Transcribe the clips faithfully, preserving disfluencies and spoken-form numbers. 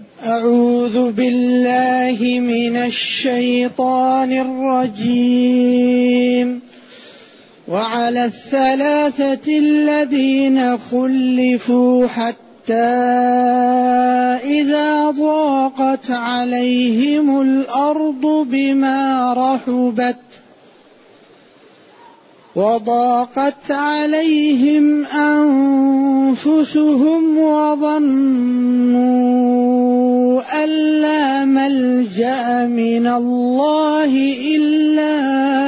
أعوذ بالله من الشيطان الرجيم. وعلى الثلاثة الذين خلفوا حتى إذا ضاقت عليهم الأرض بما رحبت وضاقت عليهم أنفسهم وظنوا أن لا ملجأ من الله إلا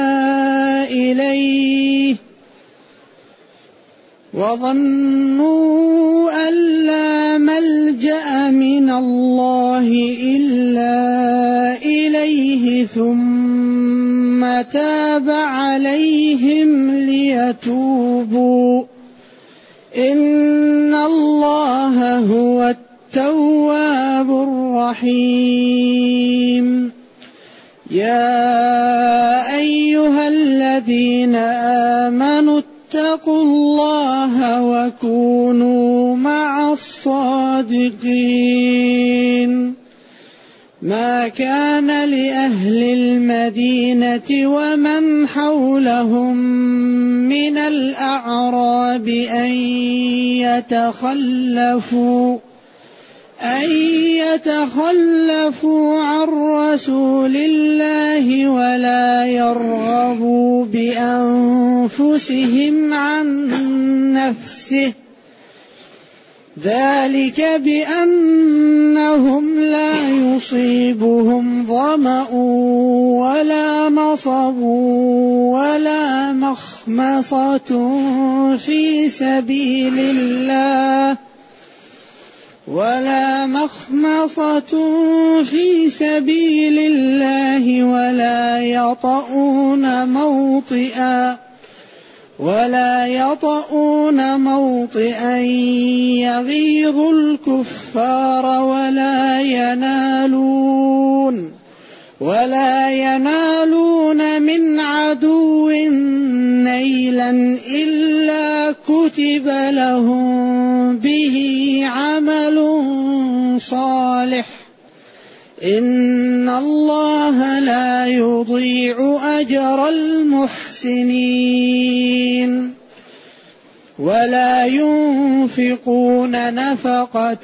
إليه وظنوا أن لا ملجأ من الله إلا إليه ثم تاب عليهم ليتوبوا إن الله هو التواب الرحيم. يا أيها الذين آمنوا اتقوا الله وكونوا مع الصادقين. ما كان لأهل المدينة ومن حولهم من الأعراب أن يتخلفوا أن يتخلفوا عن رسول الله ولا يرغبوا بأنفسهم عن نفسه ذلك بأنهم لا يصيبهم ظمأ ولا نصب ولا مخمصة في سبيل الله ولا مخمصة في سبيل الله ولا يطؤون موطئا ولا يطؤون موطئا يغيظ الكفار ولا ينالون ولا ينالون من عدو نيلا إلا كتب لهم به عمل صالح إن الله لا يضيع أجر المحسنين. ولا ينفقون نفقة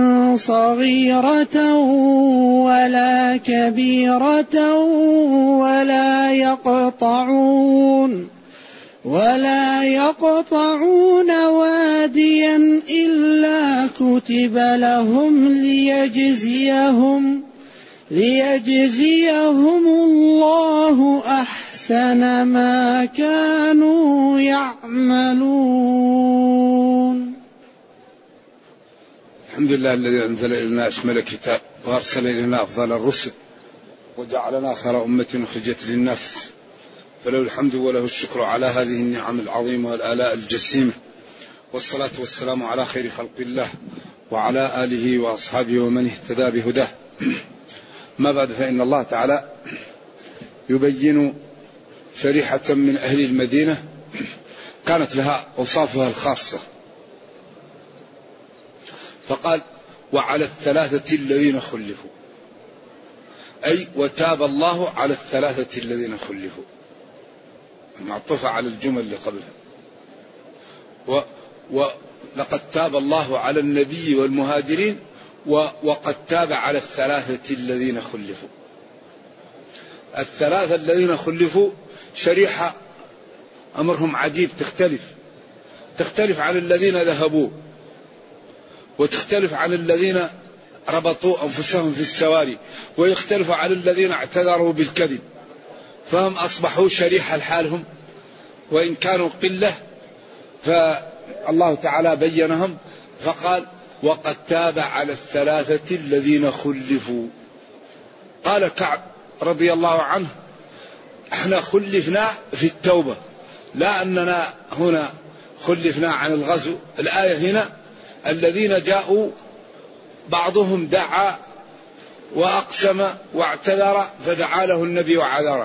صغيرة ولا كبيرة ولا يقطعون ولا يقطعون واديا إلا كتب لهم ليجزيهم ليجزيهم الله أحسن ما كانوا يعملون. الحمد لله الذي أنزل إلينا أشمل كتاب وأرسل إلينا أفضل الرسل وجعلنا خير أمة أخرجت للناس فله الحمد وله الشكر على هذه النعم العظيمة والآلاء الجسيمة، والصلاة والسلام على خير خلق الله وعلى آله وأصحابه ومن اهتدى بهداه. ما بعد، فإن الله تعالى يبين شريحة من أهل المدينة كانت لها أوصافها الخاصة، فقال وعلى الثلاثة الذين خلفوا، أي وتاب الله على الثلاثة الذين خلفوا، معطوفة على الجمل اللي قبلها. ولقد تاب الله على النبي والمهاجرين وقد تاب على الثلاثة الذين خلفوا. الثلاثة الذين خلفوا شريحة أمرهم عجيب، تختلف تختلف عن الذين ذهبوا، وتختلف عن الذين ربطوا أنفسهم في السواري، ويختلف عن الذين اعتذروا بالكذب، فهم أصبحوا شريحة لحالهم وإن كانوا قلة، فالله تعالى بينهم فقال وقد تاب على الثلاثة الذين خلفوا. قال كعب رضي الله عنه احنا خلفنا في التوبة، لا أننا هنا خلفنا عن الغزو. الآية هنا الذين جاءوا بعضهم دعا وأقسم واعتذر فدعا له النبي وعذره،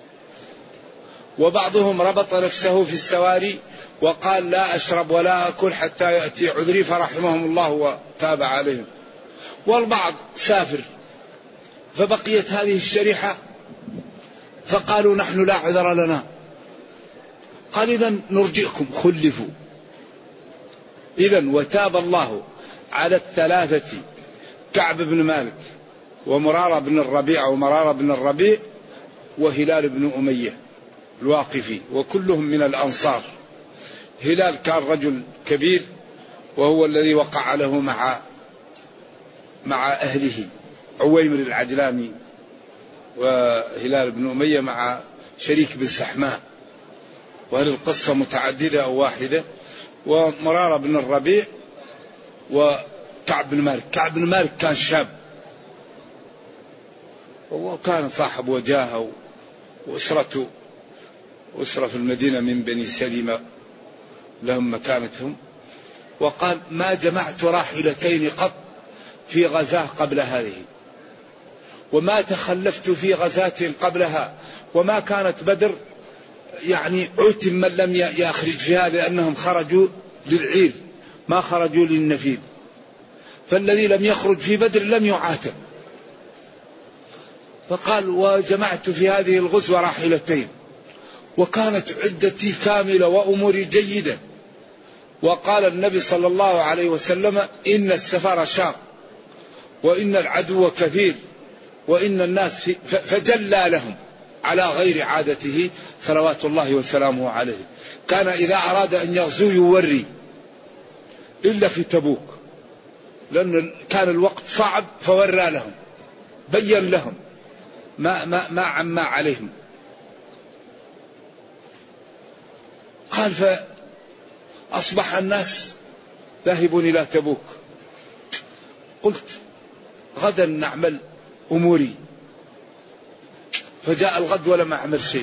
وبعضهم ربط نفسه في السواري وقال لا أشرب ولا أكل حتى يأتي عذري فرحمهم الله وتاب عليهم. والبعض سافر، فبقيت هذه الشريحة، فقالوا نحن لا عذر لنا. قال إذن نرجئكم، خلفوا. إذن وتاب الله على الثلاثة، كعب بن مالك ومرارة بن الربيع ومرارة بن الربيع وهلال بن أمية الواقفي، وكلهم من الأنصار. هلال كان رجل كبير، وهو الذي وقع له مع مع أهله عويمر العجلاني، وهلال بن أمية مع شريك بن سحماء، وهذه القصة متعددة أو واحدة. ومرارة بن الربيع وكعب بن مالك. كعب بن مالك كان شاب، وكان صاحب وجاهه، وأسرته أسرة في المدينة من بني سلمة لهم مكانتهم. وقال ما جمعت راحلتين قط في غزاة قبل هذه، وما تخلفت في غزاة قبلها، وما كانت بدر يعني عتم من لم يخرج فيها، لأنهم خرجوا للعير ما خرجوا للنفير، فالذي لم يخرج في بدر لم يعاتب. فقال وجمعت في هذه الغزوة راحلتين، وكانت عدتي كاملة وأموري جيدة. وقال النبي صلى الله عليه وسلم إن السفر شاق، وإن العدو كثير، وإن الناس في فجلى لهم على غير عادته صلوات الله وسلامه عليه. كان إذا أراد أن يغزو يوري، إلا في تبوك لأن كان الوقت صعب، فورى لهم، بين لهم ما ما ما عما عليهم. قال فأصبح الناس ذاهبون إلى تبوك. قلت غدا نعمل أموري، فجاء الغد ولم أعمل شيء.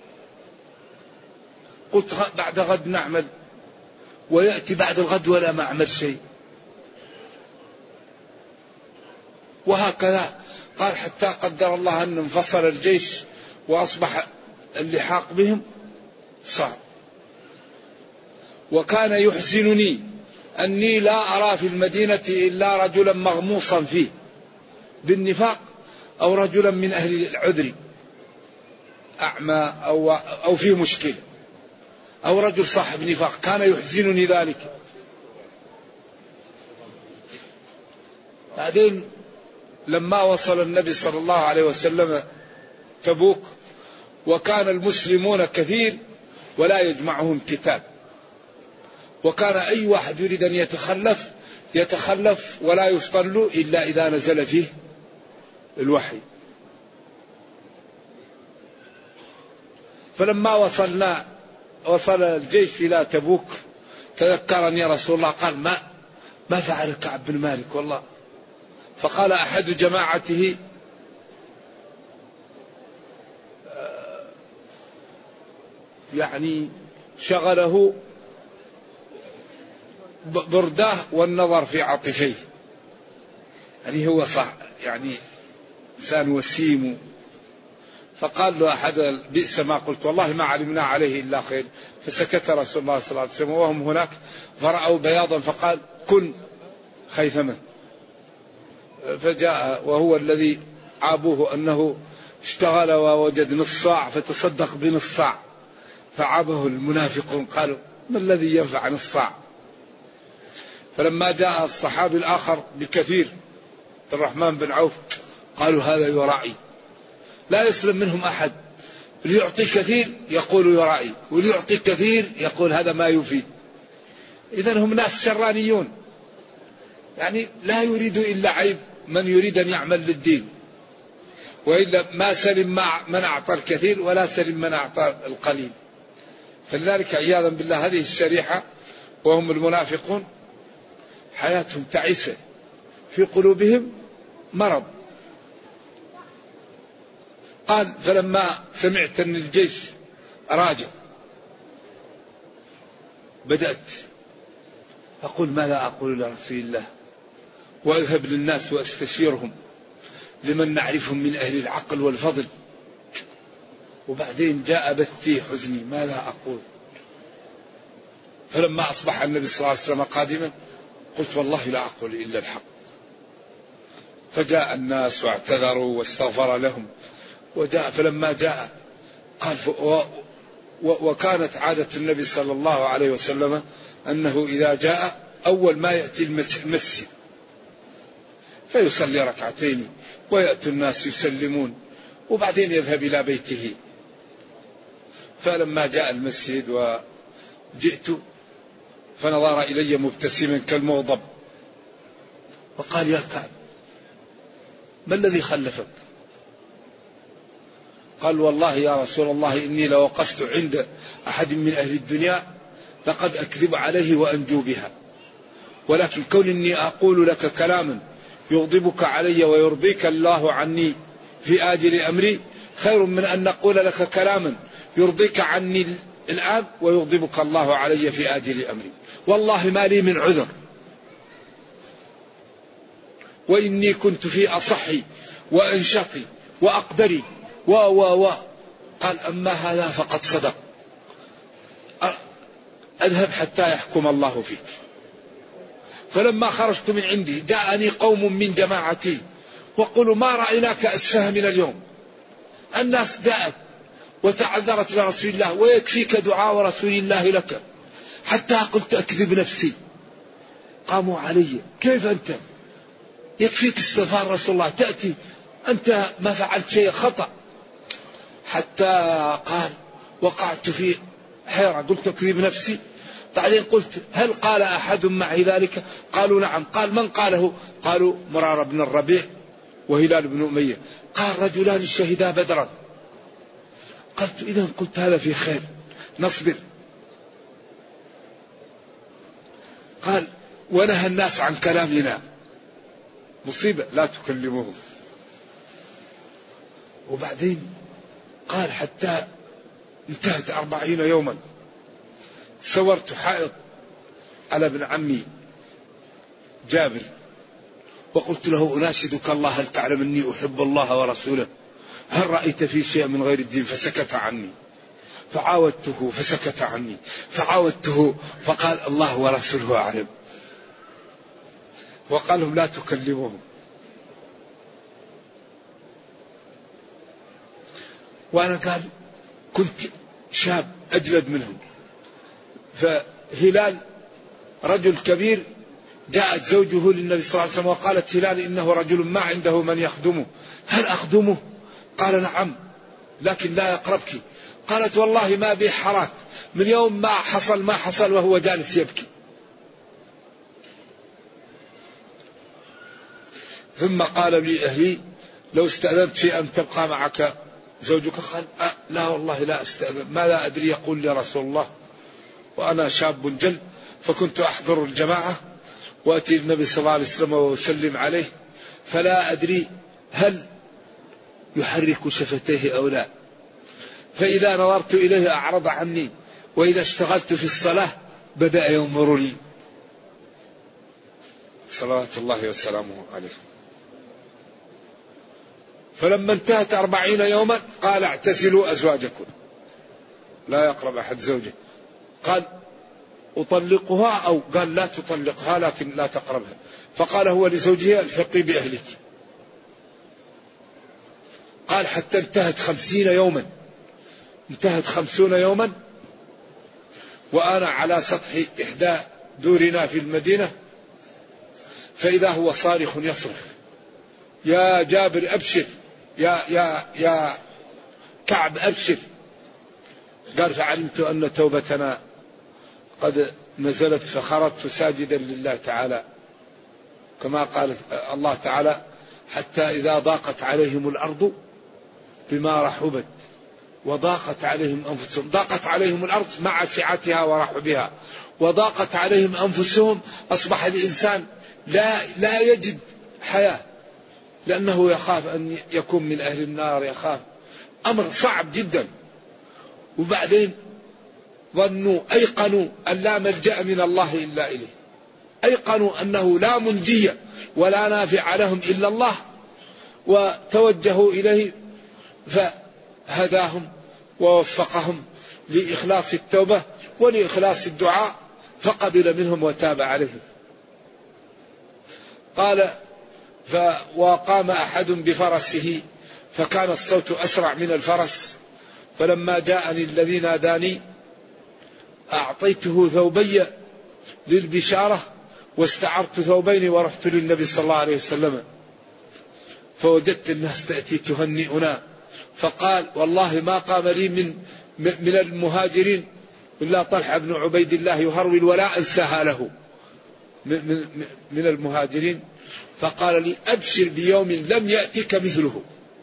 قلت بعد غد نعمل، ويأتي بعد الغد ولا ما أعمل شيء، وهكذا. قال حتى قدر الله أن انفصل الجيش وأصبح اللحاق بهم صعب. وكان يحزنني أني لا أرى في المدينة إلا رجلا مغموصا فيه بالنفاق، أو رجلا من أهل العذر أعمى أو, أو فيه مشكلة، أو رجل صاحب نفاق. كان يحزنني ذلك. بعدين لما وصل النبي صلى الله عليه وسلم تبوك، وكان المسلمون كثير ولا يجمعهم كتاب، وكان أي واحد يريد أن يتخلف يتخلف ولا يفطن له إلا إذا نزل فيه الوحي. فلما وصلنا وصل الجيش إلى تبوك تذكرني رسول الله، قال ما ما فعل كعب بن مالك والله. فقال أحد جماعته يعني شغله برداه والنظر في عاطفيه، يعني هو صح يعني إنسان وسيم. فقال له أحد بئس ما قلت، والله ما علمنا عليه إلا خير. فسكت رسول الله صلى الله عليه وسلم وهم هناك، فرأوا بياضا فقال كن خيثما. فجاء وهو الذي عابوه أنه اشتغل ووجد نص صاع فتصدق بنص صاع، فعابه المنافقون قالوا ما الذي ينفع نص صاع. فلما جاء الصحابي الآخر بكثير عبد الرحمن بن عوف قالوا هذا يراعي، لا يسلم منهم أحد، ليعطي كثير يقول يراعي، وليعطي كثير يقول هذا ما يفيد. إذن هم ناس شرانيون، يعني لا يريد إلا عيب من يريد أن يعمل للدين، وإلا ما سلم من أعطى الكثير ولا سلم من أعطى القليل. فلذلك عياذا بالله هذه الشريحة وهم المنافقون حياتهم تعيسة، في قلوبهم مرض. قال فلما سمعت أن الجيش راجع بدأت أقول ماذا أقول لرسول الله، وأذهب للناس وأستشيرهم لمن نعرفهم من أهل العقل والفضل. وبعدين جاء بثي حزني ماذا أقول. فلما أصبح النبي صلى الله عليه وسلم قادما قلت والله لا أقول إلا الحق، فجاء الناس واعتذروا واستغفر لهم وجاء. فلما جاء قال و وكانت عادة النبي صلى الله عليه وسلم أنه إذا جاء أول ما يأتي المسجد فيصلي ركعتين ويأتي الناس يسلمون وبعدين يذهب إلى بيته. فلما جاء المسجد وجئت فنظر إلي مبتسما كالمغضب وقال: يا كعب ما الذي خلفك؟ قال: والله يا رسول الله إني لوقفت عند أحد من أهل الدنيا لقد أكذب عليه وأنجو بها، ولكن كون إني أقول لك كلاما يغضبك علي ويرضيك الله عني في آجل أمري خير من أن نقول لك كلاما يرضيك عني الآن ويغضبك الله علي في آجل أمري. والله ما لي من عذر، وإني كنت في أصحي وأنشطي وأقدري و و و قال: أما هذا فقد صدق، أذهب حتى يحكم الله فيك. فلما خرجت من عندي جاءني قوم من جماعتي وقالوا: ما رأيناك أسفه من اليوم. الناس جاءت وتعذرت لرسول الله ويكفيك دعاء رسول الله لك، حتى قلت أكذب نفسي. قاموا علي: كيف أنت؟ يكفيك استغفار رسول الله، تأتي أنت ما فعلت شيء خطأ. حتى قال: وقعت في حيرة، قلت أكذب نفسي. بعدين قلت: هل قال أحد معي ذلك؟ قالوا: نعم. قال: من قاله؟ قالوا: مرار بن الربيع وهلال بن أمية. قال: رجلان شهدا بدرا. قلت: إذا قلت هذا في خير، نصبر. قال: ونهى الناس عن كلامنا، مصيبة لا تكلموهم. وبعدين قال: حتى انتهت أربعين يوما صورت حائط على ابن عمي جابر وقلت له: أناشدك الله، هل تعلم أني أحب الله ورسوله؟ هل رأيت في شيء من غير الدين؟ فسكت عني. فعاودته فسكت عني، فعاودته فقال: الله ورسوله أعلم. وقال لهم: لا تكلموهم. وأنا قال كنت شاب أجلد منهم. فهلال رجل كبير، جاءت زوجه للنبي صلى الله عليه وسلم وقالت: هلال إنه رجل ما عنده من يخدمه، هل أخدمه؟ قال: نعم، لكن لا يقربك. قالت: والله ما بي حراك، من يوم ما حصل ما حصل وهو جالس يبكي. ثم قال لي أهلي: لو استأذنت في أن تبقى معك زوجك؟ قال: أه لا والله لا أستأذن، ما لا أدري يقول لي رسول الله، وأنا شاب جل. فكنت أحضر الجماعة وأتي النبي صلى الله عليه وسلم وأسلم عليه، فلا أدري هل يحرك شفتيه أو لا. فإذا نظرت إليه أعرض عني، وإذا اشتغلت في الصلاة بدأ ينظرني صلوات الله وسلامه عليه. فلما انتهت أربعين يوما قال: اعتزلوا أزواجكم، لا يقرب أحد زوجه. قال: أطلقها؟ أو قال: لا تطلقها لكن لا تقربها. فقال هو لزوجها: الحقي بأهلك. قال: حتى انتهت خمسين يوما، انتهت خمسون يوما وأنا على سطح إحدى دورنا في المدينة، فإذا هو صارخ يصرخ: يا جابر أبشر، يا يا يا كعب أبشر. قال: فعلمت أن توبتنا قد نزلت، فخرجت ساجدا لله تعالى، كما قال الله تعالى: حتى إذا ضاقت عليهم الأرض بما رحبت وضاقت عليهم أنفسهم. ضاقت عليهم الأرض مع سعتها ورحبها، وضاقت عليهم أنفسهم. أصبح الإنسان لا لا يجد حياة، لأنه يخاف أن يكون من أهل النار، يخاف أمر صعب جدا. وبعدين ظنوا أيقنوا أن لا ملجأ من الله إلا إليه، أيقنوا أنه لا منجي ولا نافع لهم إلا الله، وتوجهوا إليه فهداهم ووفقهم لإخلاص التوبة ولإخلاص الدعاء، فقبل منهم وتاب عليهم. قال: ف وقام أحد بفرسه فكان الصوت أسرع من الفرس، فلما جاءني الذي ناداني أعطيته ثوبي للبشارة واستعرت ثوبين ورحت للنبي صلى الله عليه وسلم، فوجدت الناس تأتي تهنئنا، فقال والله ما قام لي من من المهاجرين إلا طلحة بن عبيد الله يهرول ولا أنساها له من من المهاجرين، فقال لي أبشر بيوم لم يأتك مثله.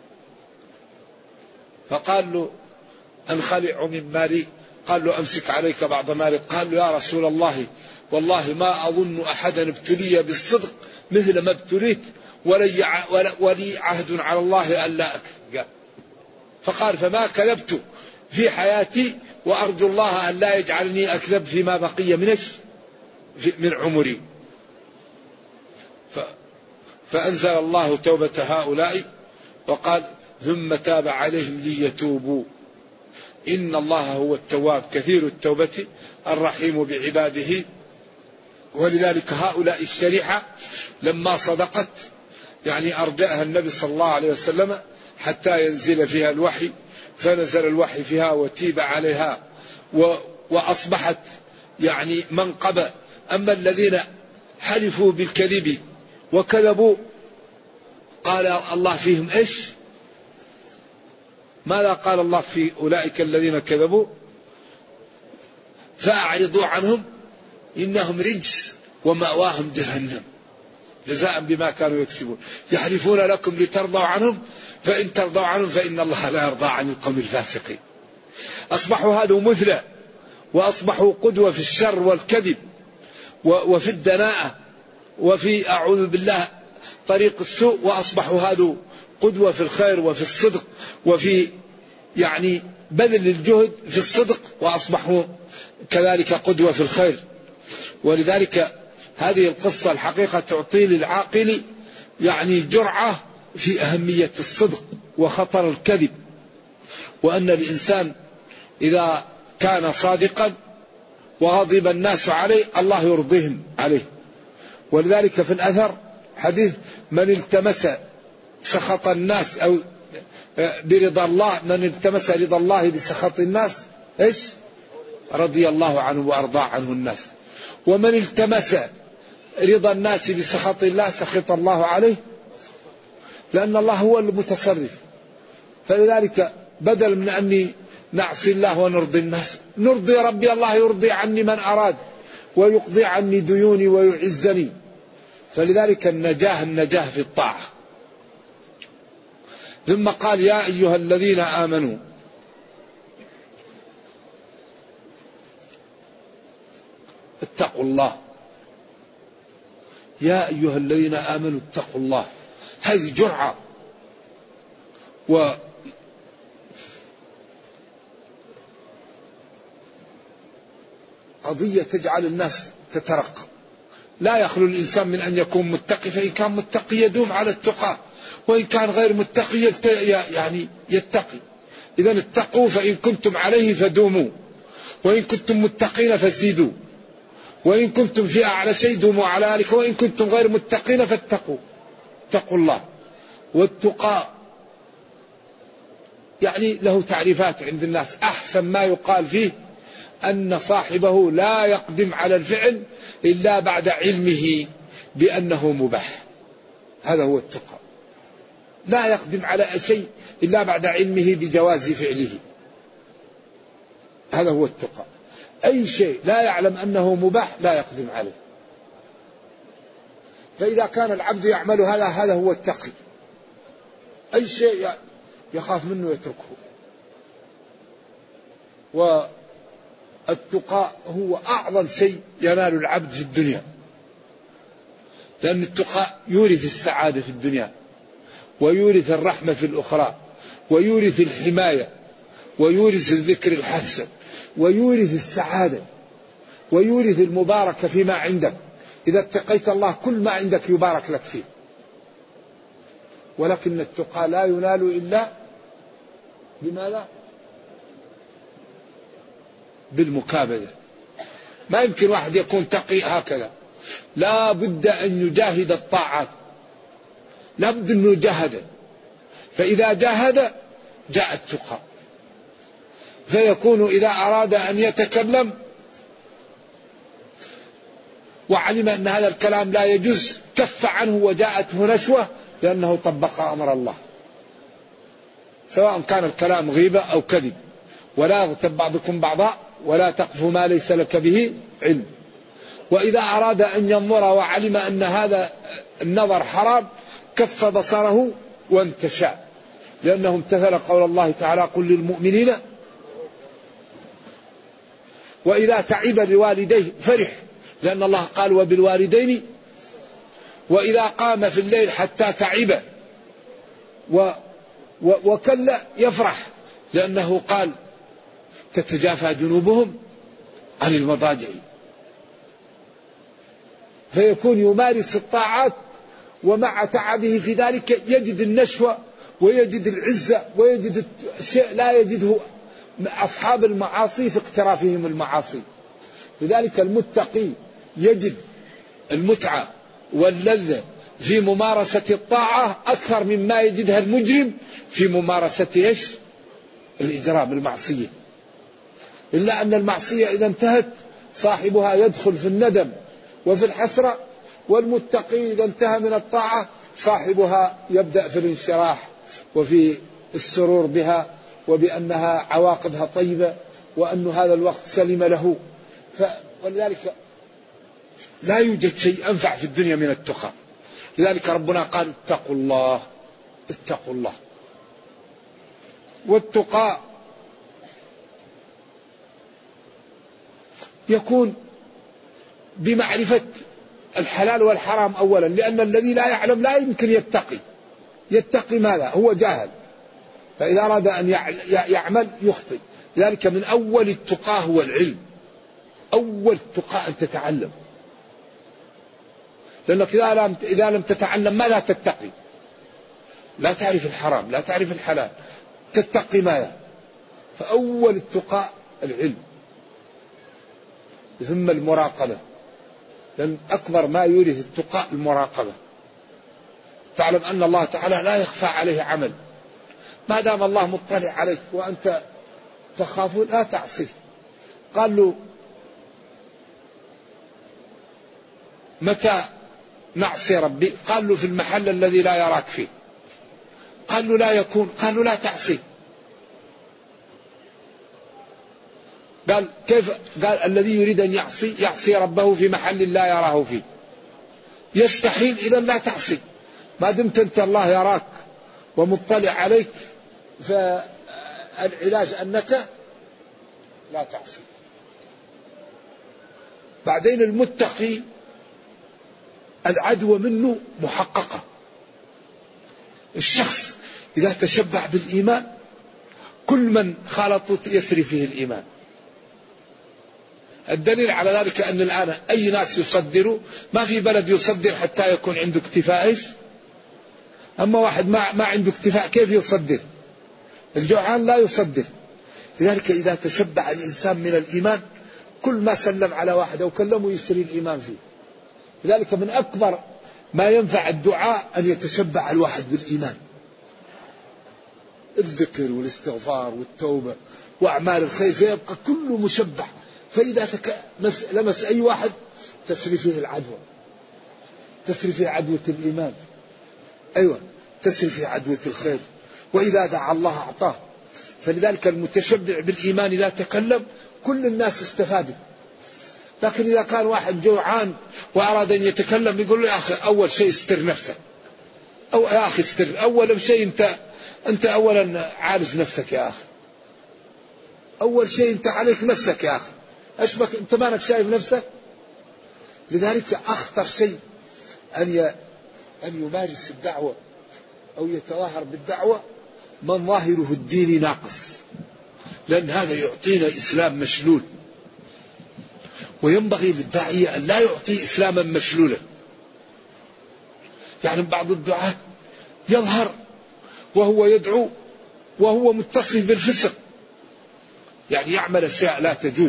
فقال له أنخلع من مالي؟ قال له أمسك عليك بعض مالك. قال له يا رسول الله والله ما أظن أحدا ابتلي بالصدق مثل ما ابتليت ولي, ولي عهد على الله ألا أكذب. فقال فما كذبت في حياتي وأرجو الله أن لا يجعلني أكذب فيما بقي من من عمري. فأنزل الله توبة هؤلاء وقال ثم تاب عليهم ليتوبوا إن الله هو التواب كثير التوبة الرحيم بعباده. ولذلك هؤلاء الشريحة لما صدقت يعني أرجأها النبي صلى الله عليه وسلم حتى ينزل فيها الوحي، فنزل الوحي فيها وتيب عليها وأصبحت يعني منقبة. أما الذين حلفوا بالكذب وكذبوا قال الله فيهم إيش؟ ماذا قال الله في أولئك الذين كذبوا؟ فأعرضوا عنهم إنهم رجس ومأواهم جهنم جزاء بما كانوا يكسبون. يحلفون لكم لترضوا عنهم فإن ترضوا عنهم فإن الله لا يرضى عن القوم الفاسقين. أصبحوا هذا مثلى وأصبحوا قدوة في الشر والكذب وفي الدناءة وفي أعوذ بالله طريق السوء، وأصبحوا هذا قدوة في الخير وفي الصدق وفي يعني بذل الجهد في الصدق، وأصبحوا كذلك قدوة في الخير. ولذلك هذه القصة الحقيقة تعطي للعاقل يعني جرعة في أهمية الصدق وخطر الكذب، وأن الإنسان إذا كان صادقا وغضب الناس عليه الله يرضيهم عليه. ولذلك في الأثر حديث من التمس سخط الناس أو برضا الله، من التمس رضا الله بسخط الناس إيش؟ رضي الله عنه وأرضى عنه الناس. ومن التمس رضا الناس بسخط الله سخط الله عليه، لأن الله هو المتصرف. فلذلك بدل من أني نعصي الله ونرضي الناس نرضي ربي، الله يرضي عني من أراد ويقضي عني ديوني ويعزني. فلذلك النجاة النجاة في الطاعة. ثم قال يا أيها الذين آمنوا اتقوا الله. يا أيها الذين آمنوا اتقوا الله، هذه جرعة وقضية تجعل الناس تترقى. لا يخلو الإنسان من أن يكون متقي، فإن كان متقي يدوم على التقى، وإن كان غير متقي يعني يتقي. إذا اتقوا فإن كنتم عليه فدوموا، وإن كنتم متقين فزيدوا، وإن كنتم في أعلى شيء دوموا على ذلك، وإن كنتم غير متقين فاتقوا. اتقوا الله. والتقى يعني له تعريفات عند الناس. أحسن ما يقال فيه أن صاحبه لا يقدم على الفعل إلا بعد علمه بأنه مباح. هذا هو التقى. لا يقدم على شيء إلا بعد علمه بجواز فعله. هذا هو التقى. أي شيء لا يعلم أنه مباح لا يقدم عليه. فإذا كان العبد يعمل هذا هذا هو التقي. أي شيء يخاف منه يتركه. والتقى هو أعظم شيء ينال العبد في الدنيا، لأن التقى يورث السعادة في الدنيا، ويورث الرحمة في الأخرى، ويورث الحماية، ويورث الذكر الحسن، ويورث السعادة، ويورث المباركة فيما عندك. إذا اتقيت الله كل ما عندك يبارك لك فيه. ولكن التقى لا ينال إلا بماذا؟ بالمكابدة. ما يمكن واحد يكون تقي هكذا، لا بد أن يجاهد الطاعات لابد أنه جاهد، فإذا جاهد جاء التقى. فيكون إذا أراد أن يتكلم وعلم أن هذا الكلام لا يجوز كف عنه وجاءته نشوة، لأنه طبق أمر الله، سواء كان الكلام غيبة أو كذب. ولا يغتب بعضكم بعضا ولا تقف ما ليس لك به علم. وإذا أراد أن ينظر وعلم أن هذا النظر حرام كف بصره وانتشى، لأنه امتثل قول الله تعالى قل للمؤمنين. وإذا تعب بوالديه فرح، لأن الله قال وبالوالدين. وإذا قام في الليل حتى تعب و و وكلا يفرح، لأنه قال تتجافى جنوبهم عن المضاجع. فيكون يمارس الطاعات ومع تعبه في ذلك يجد النشوة ويجد العزة ويجد شيء لا يجده أصحاب المعاصي في اقترافهم المعاصي. لذلك المتقي يجد المتعة واللذة في ممارسة الطاعة أكثر مما يجدها المجرم في ممارسة إيش؟ الإجرام، المعصية. إلا أن المعصية إذا انتهت صاحبها يدخل في الندم وفي الحسرة، والمتقي إذا انتهى من الطاعة صاحبها يبدأ في الانشراح وفي السرور بها، وبأنها عواقبها طيبة، وأن هذا الوقت سلم له. ف... ولذلك لا يوجد شيء أنفع في الدنيا من التقى. لذلك ربنا قال اتقوا الله اتقوا الله. والتقى يكون بمعرفة الحلال والحرام أولا، لأن الذي لا يعلم لا يمكن يتقي. يتقي ماذا؟ هو جاهل، فإذا أراد أن يعمل يخطئ. لذلك من أول التقى هو العلم. أول التقى أن تتعلم، لأنك إذا لم إذا لم تتعلم ماذا تتقي؟ لا تعرف الحرام، لا تعرف الحلال، تتقي ماذا؟ فأول التقى العلم، ثم المراقبة، لأن أكبر ما يورث التقى المراقبة. تعلم أن الله تعالى لا يخفى عليه عمل، ما دام الله مطلع عليك وأنت تخاف لا تعصيه. قال له متى نعصي ربي؟ قال له في المحل الذي لا يراك فيه. قال له لا يكون، قال له لا تعصي. قال كيف؟ قال الذي يريد أن يعصي يعصي ربه في محل لا يراه فيه. يستحيل إذا لا تعصي، ما دمت أنت الله يراك ومطلع عليك، فالعلاج أنك لا تعصي. بعدين المتقي العدوى منه محققة. الشخص إذا تشبع بالإيمان كل من خالطه يسري فيه الإيمان. الدليل على ذلك أن الآن أي ناس يصدروا، ما في بلد يصدر حتى يكون عنده اكتفاء. أما واحد ما, ما عنده اكتفاء كيف يصدر؟ الجوعان لا يصدر. لذلك إذا تشبع الإنسان من الإيمان كل ما سلم على واحد أو كلمه يسري الإيمان فيه. لذلك من أكبر ما ينفع الدعاء أن يتشبع الواحد بالإيمان، الذكر والاستغفار والتوبة وأعمال الخير، فيبقى كله مشبع. فإذا تك... لمس أي واحد تسري فيه العدوى، تسري فيه عدوة الإيمان، أيوة تسري فيه عدوة الخير، وإذا دعا الله أعطاه. فلذلك المتشبع بالإيمان إذا تكلم كل الناس استفادت. لكن إذا كان واحد جوعان وأراد أن يتكلم يقول له يا أخي أول شيء استر نفسك، أو يا أخي استر أول شيء أنت أنت أولا عالج نفسك يا أخي، أول شيء أنت عليك نفسك يا أخي، أشبك أنت مانك شايف نفسك. لذلك أخطر شيء أن ي... أن يمارس الدعوة أو يتظاهر بالدعوة من ظاهره الديني ناقص، لأن هذا يعطينا إسلام مشلول. وينبغي للداعية أن لا يعطي إسلاما مشلولا. يعني بعض الدعاة يظهر وهو يدعو وهو متصف بالفسق، يعني يعمل أشياء لا تجوز،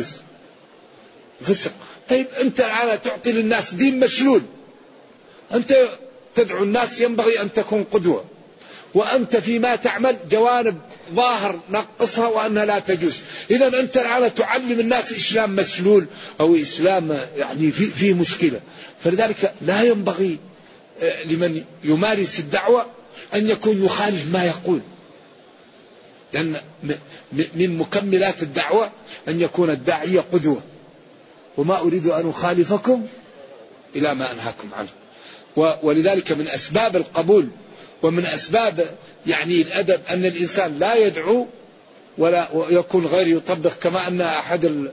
فسق. طيب أنت الآن تعطي للناس دين مشلول، أنت تدعو الناس ينبغي أن تكون قدوة، وأنت فيما تعمل جوانب ظاهر نقصها وأنها لا تجوز. إذا أنت الآن تعلم الناس إسلام مسلول أو إسلام يعني في في مشكلة. فلذلك لا ينبغي لمن يمارس الدعوة أن يكون يخالف ما يقول، لأن من مكملات الدعوة أن يكون الداعية قدوة. وما أريد أن أخالفكم إلى ما أنهاكم عنه. ولذلك من أسباب القبول ومن أسباب يعني الأدب أن الإنسان لا يدعو ولا يكون غير يطبق. كما أن أحد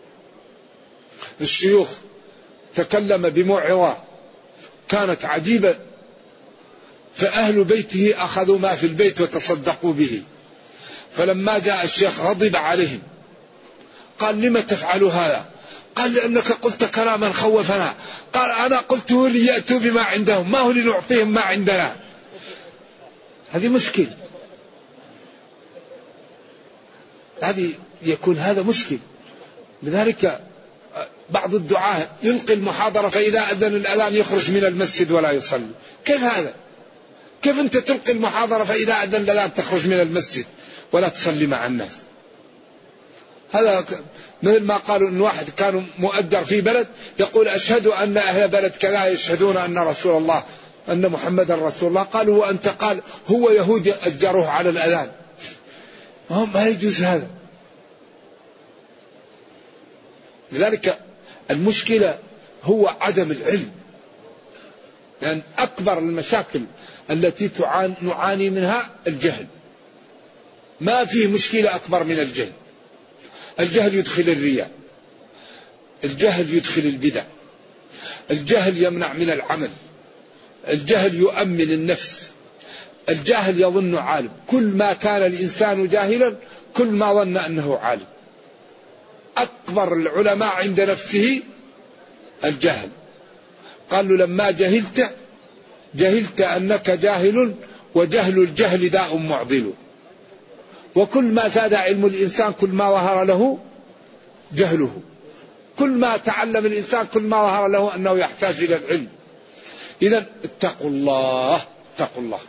الشيوخ تكلم بموعظة كانت عجيبة، فأهل بيته أخذوا ما في البيت وتصدقوا به، فلما جاء الشيخ غضب عليهم قال: لم تفعلوا هذا؟ قال: لأنك قلت كلاما خوفنا. قال: أنا قلته ليأتوا بما عندهم، ما هو لنعطيهم ما عندنا. هذه مشكلة، هذه يكون هذا مشكل. لذلك بعض الدعاة يلقي المحاضرة فإذا أذن الأذان يخرج من المسجد ولا يصلي. كيف هذا؟ كيف أنت تلقي المحاضرة فإذا أذن الأذان تخرج من المسجد ولا تصلي مع الناس؟ هذا مثل ما قالوا أن واحد كان مؤجر في بلد يقول: أشهد أن أهل بلد كذا يشهدون أن رسول الله أن محمد رسول الله. قالوا: وأنت؟ قال: هو يهودي أجروه على الأذان. ما يجوز هذا. لذلك المشكلة هو عدم العلم، لأن أكبر المشاكل التي نعاني منها الجهل. ما فيه مشكلة أكبر من الجهل. الجهل يدخل الرياء، الجهل يدخل البدع، الجهل يمنع من العمل، الجهل يؤمن النفس، الجاهل يظن عالم. كل ما كان الإنسان جاهلا كل ما ظن أنه عالم. أكبر العلماء عند نفسه الجهل. قالوا: لما جهلت جهلت أنك جاهل، وجهل الجهل داء معضل. وكل ما زاد علم الإنسان كل ما ظهر له جهله. كل ما تعلم الإنسان كل ما ظهر له أنه يحتاج إلى العلم. إذن اتقوا الله، اتقوا الله،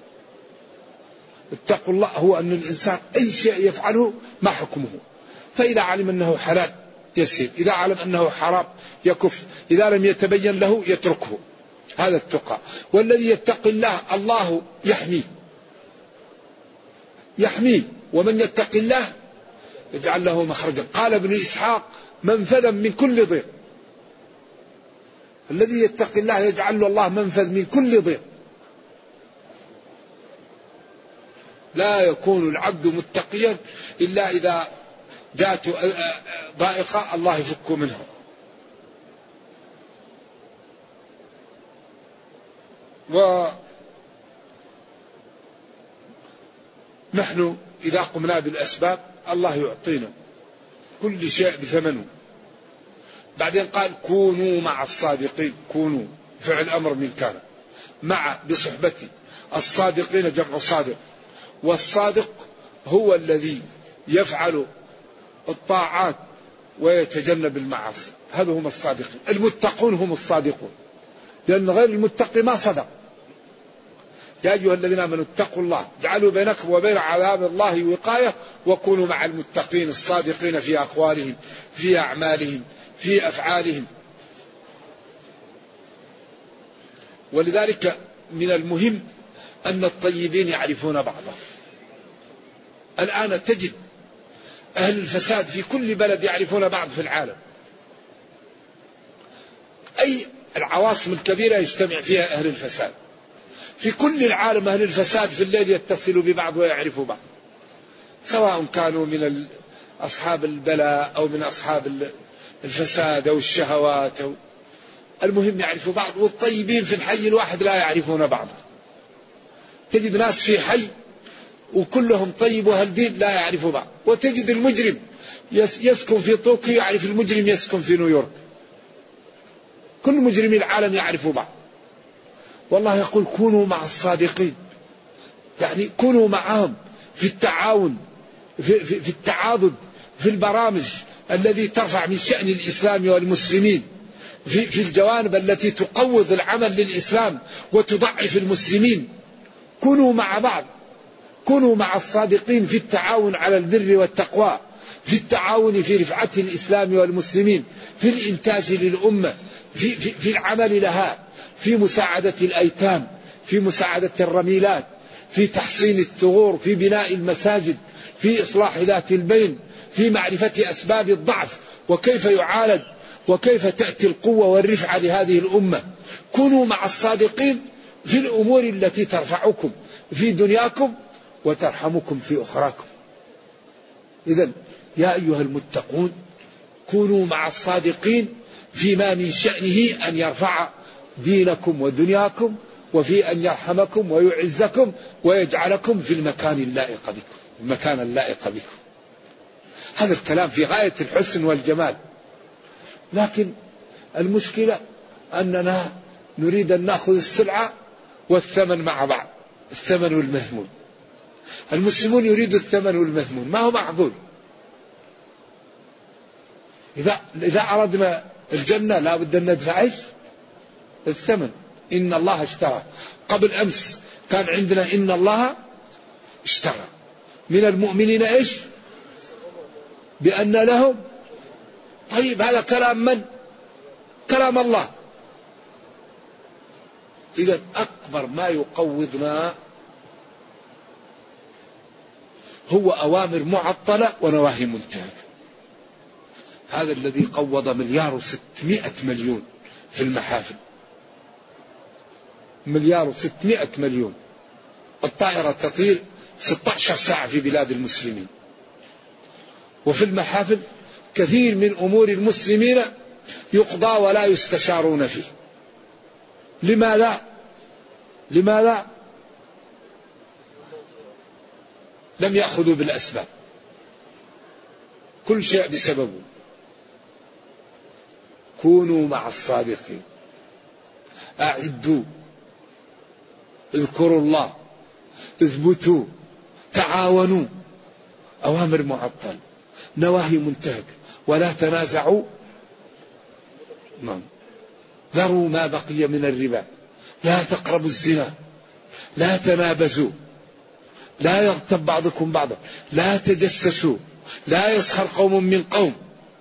اتقوا الله. هو أن الإنسان أي شيء يفعله ما حكمه. فإذا علم أنه حلال يسير، إذا علم أنه حرام يكف، إذا لم يتبين له يتركه. هذا التقى. والذي يتقي الله الله يحميه يحميه ومن يتق الله يجعل له مخرجا. قال ابن إسحاق: منفذا من كل ضيق. الذي يتقي الله يجعل له الله منفذ من كل ضيق. لا يكون العبد متقيا إلا إذا جاءت ضائقة الله يفك منه. ونحن إذا قمنا بالأسباب الله يعطينا كل شيء بثمنه. بعدين قال: كونوا مع الصادقين. كونوا فعل أمر من كان، مع بصحبتي. الصادقين جمع صادق، والصادق هو الذي يفعل الطاعات ويتجنب المعاصي. هذا هم الصادقين. المتقون هم الصادقون، لأن غير المتقي ما صدق. يا أيها الذين آمنوا اتقوا الله اجعلوا بينكم وبين عذاب الله وقاية وكونوا مع المتقين الصادقين في أقوالهم في أعمالهم في أفعالهم. ولذلك من المهم أن الطيبين يعرفون بعضهم. الآن تجد أهل الفساد في كل بلد يعرفون بعض في العالم. أي العواصم الكبيرة يجتمع فيها أهل الفساد. في كل العالم أهل الفساد في الليل يتصلوا ببعض ويعرفوا بعض، سواء كانوا من أصحاب البلاء أو من أصحاب الفساد أو الشهوات أو المهم يعرفوا بعض. والطيبين في الحي الواحد لا يعرفون بعض. تجد ناس في حي وكلهم طيب وأهل دين لا يعرفوا بعض، وتجد المجرم يسكن في طوكيو يعرف المجرم يسكن في نيويورك. كل مجرمي العالم يعرفوا بعض. والله يقول: كونوا مع الصادقين، يعني كونوا معهم في التعاون في, في, في التعاضد في البرامج الذي ترفع من شأن الإسلام والمسلمين، في, في الجوانب التي تقوض العمل للإسلام وتضعف المسلمين. كونوا مع بعض، كونوا مع الصادقين في التعاون على البر والتقوى، في التعاون في رفعة الإسلام والمسلمين، في الإنتاج للأمة، في, في, في العمل لها، في مساعدة الأيتام، في مساعدة الرميلات، في تحصين الثغور، في بناء المساجد، في إصلاح ذات البين، في معرفة أسباب الضعف وكيف يعالج وكيف تأتي القوة والرفعة لهذه الأمة. كونوا مع الصادقين في الأمور التي ترفعكم في دنياكم وترحمكم في أخراكم. إذن يا أيها المتقون كونوا مع الصادقين فيما من شأنه أن يرفع دينكم ودنياكم، وفي أن يرحمكم ويعزكم ويجعلكم في المكان اللائق بكم، المكان اللائق بكم. هذا الكلام في غاية الحسن والجمال، لكن المشكلة أننا نريد أن نأخذ السلعة والثمن مع بعض، الثمن والمثمون. المسلمون يريدوا الثمن والمثمون، ما هو معقول. إذا إذا أردنا الجنة لا بد أن ندفع إيش؟ الثمن. إن الله اشترى. قبل أمس كان عندنا إن الله اشترى من المؤمنين إيش؟ بأن لهم. طيب هذا كلام من؟ كلام الله. إذا أكبر ما يقوضنا هو أوامر معطلة ونواهي منتهكة. هذا الذي قوض مليار وستمائة مليون في المحافل، مليار وستمائة مليون. الطائرة تطير ستة عشر ساعة في بلاد المسلمين، وفي المحافل كثير من أمور المسلمين يقضى ولا يستشارون فيه. لماذا؟ لماذا؟ لم يأخذوا بالأسباب. كل شيء بسببه. كونوا مع الصادقين، أعدوا، اذكروا الله، اثبتوا، تعاونوا. أوامر معطل، نواهي منتهكة. ولا تنازعوا، ذروا ما بقي من الربا، لا تقربوا الزنا، لا تنابزوا، لا يغتب بعضكم بعضا، لا تجسسوا، لا يسخر قوم من قوم.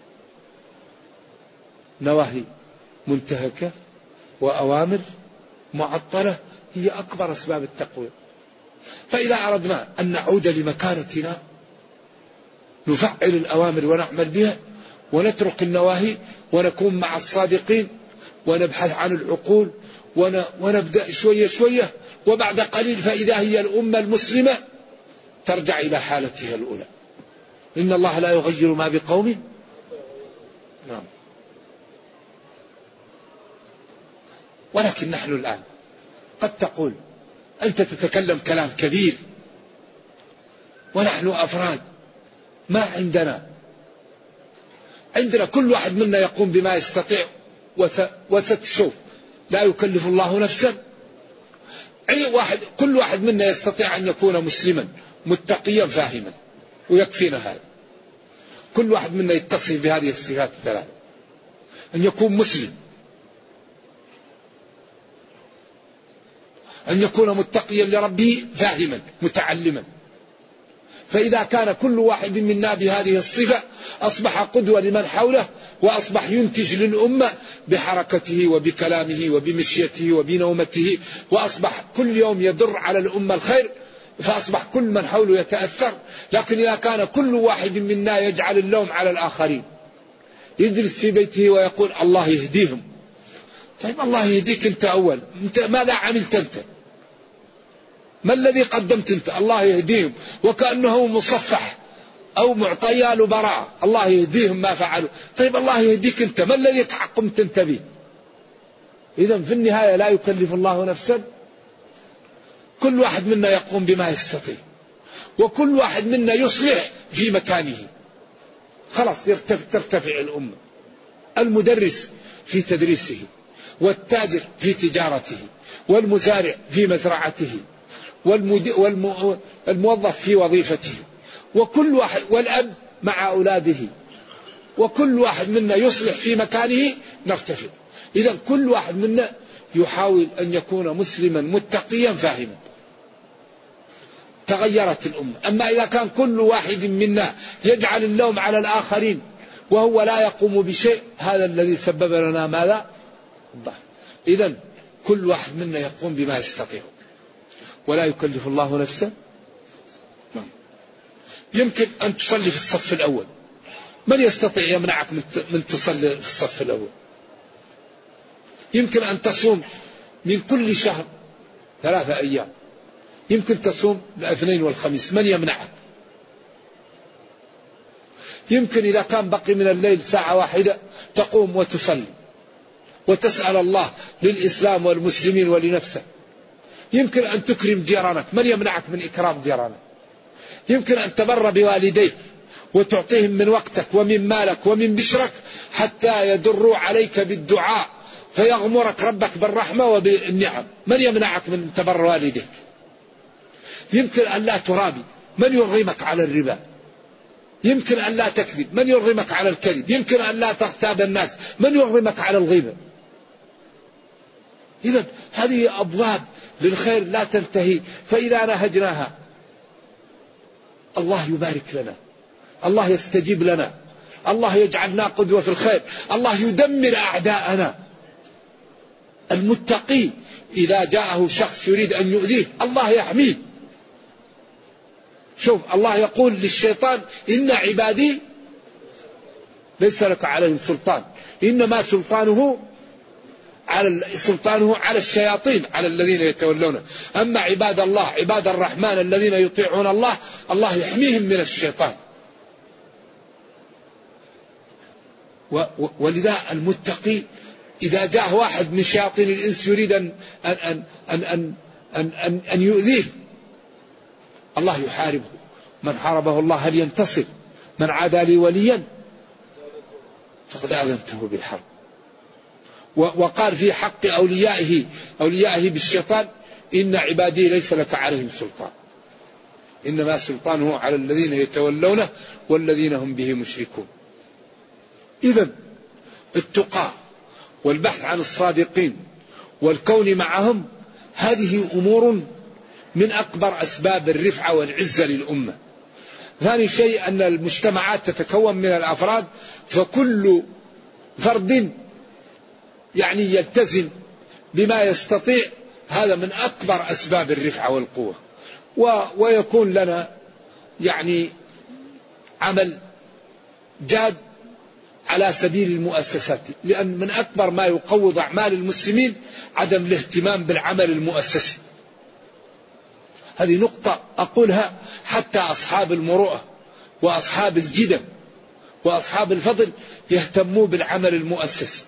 نواهي منتهكة وأوامر معطلة هي أكبر أسباب التقوية. فإذا أردنا أن نعود لمكانتنا نفعل الأوامر ونعمل بها، ونترك النواهي، ونكون مع الصادقين، ونبحث عن العقول، ونبدأ شوية شوية، وبعد قليل فإذا هي الأمة المسلمة ترجع إلى حالتها الأولى. إن الله لا يغير ما بقوم. نعم. ولكن نحن الآن قد تقول أنت تتكلم كلام كبير، ونحن أفراد ما عندنا عندنا كل واحد منا يقوم بما يستطيع، وستشوف لا يكلف الله نفسا. أي واحد، كل واحد منا يستطيع أن يكون مسلما متقيا فاهما، ويكفينا هذا. كل واحد منا يتصف بهذه الصفات الثلاث: أن يكون مسلم، أن يكون متقيا لربه، فاهما متعلما. فإذا كان كل واحد منا بهذه الصفة أصبح قدوة لمن حوله، وأصبح ينتج للأمة بحركته وبكلامه وبمشيته وبنومته، وأصبح كل يوم يدر على الأمة الخير، فأصبح كل من حوله يتأثر. لكن إذا كان كل واحد منا يجعل اللوم على الآخرين، يجلس في بيته ويقول الله يهديهم. طيب الله يهديك أنت أول، أنت ماذا عملت أنت؟ ما الذي قدمت أنت؟ الله يهديهم، وكأنه مصفح أو معطيا له براءة، الله يهديهم ما فعلوا. طيب الله يهديك أنت، ما الذي تعقمت أنت به؟ إذن في النهاية لا يكلف الله نفسا. كل واحد منا يقوم بما يستطيع، وكل واحد منا يصلح في مكانه، خلاص ترتفع الأمة. المدرس في تدريسه، والتاجر في تجارته، والمزارع في مزرعته، والموظف في وظيفته، وكل واحد، والأب مع أولاده، وكل واحد منا يصلح في مكانه نرتفع. إذا كل واحد منا يحاول أن يكون مسلما متقيا فاهما. تغيرت الأمة. أما إذا كان كل واحد منا يجعل اللوم على الآخرين وهو لا يقوم بشيء، هذا الذي سبب لنا ماذا؟ الضعف. إذا كل واحد منا يقوم بما يستطيع ولا يكلف الله نفسا. يمكن أن تصلي في الصف الأول، من يستطيع يمنعك من تصلي في الصف الأول؟ يمكن أن تصوم من كل شهر ثلاثة أيام، يمكن تصوم الاثنين والخميس، من يمنعك؟ يمكن إذا كان بقي من الليل ساعة واحدة تقوم وتصلي وتسأل الله للإسلام والمسلمين ولنفسك. يمكن أن تكرم جيرانك، من يمنعك من إكرام جيرانك؟ يمكن أن تبر بوالديك وتعطيهم من وقتك ومن مالك ومن بشرك حتى يدروا عليك بالدعاء فيغمرك ربك بالرحمة وبالنعم، من يمنعك من تبر والديك؟ يمكن أن لا ترابي، من يرغمك على الربا؟ يمكن أن لا تكذب، من يرغمك على الكذب؟ يمكن أن لا تغتاب الناس، من يرغمك على الغيبة؟ إذن هذه أبواب للخير لا تنتهي، فإذا نهجناها الله يبارك لنا، الله يستجيب لنا، الله يجعلنا قدوة في الخير، الله يدمر أعداءنا. المتقي إذا جاءه شخص يريد أن يؤذيه الله يحميه. شوف الله يقول للشيطان إن عبادي ليس لك عليهم سلطان، إنما سلطانه على سلطانه على الشياطين، على الذين يتولونه. أما عباد الله عباد الرحمن الذين يطيعون الله الله يحميهم من الشيطان. ولذا المتقي إذا جاء واحد من شياطين الإنس يريد أن أن أن أن أن, أن, أن يؤذيه الله يحاربه. من حاربه الله هل ينتصر؟ من عادى لي وليا فقد آذنته بالحرب. وقال في حق أوليائه أوليائه بالشيطان إن عبادي ليس لك عليهم سلطان، إنما سلطانه على الذين يتولونه والذين هم به مشركون. إذن التقى والبحث عن الصادقين والكون معهم هذه أمور من أكبر أسباب الرفعة والعزة للأمة. ثاني شيء أن المجتمعات تتكون من الأفراد، فكل فرد يعني يلتزم بما يستطيع، هذا من أكبر أسباب الرفعة والقوة. ويكون لنا يعني عمل جاد على سبيل المؤسسات، لأن من أكبر ما يقوض أعمال المسلمين عدم الاهتمام بالعمل المؤسسي. هذه نقطة أقولها حتى أصحاب المروءة وأصحاب الجدة وأصحاب الفضل يهتموا بالعمل المؤسسي.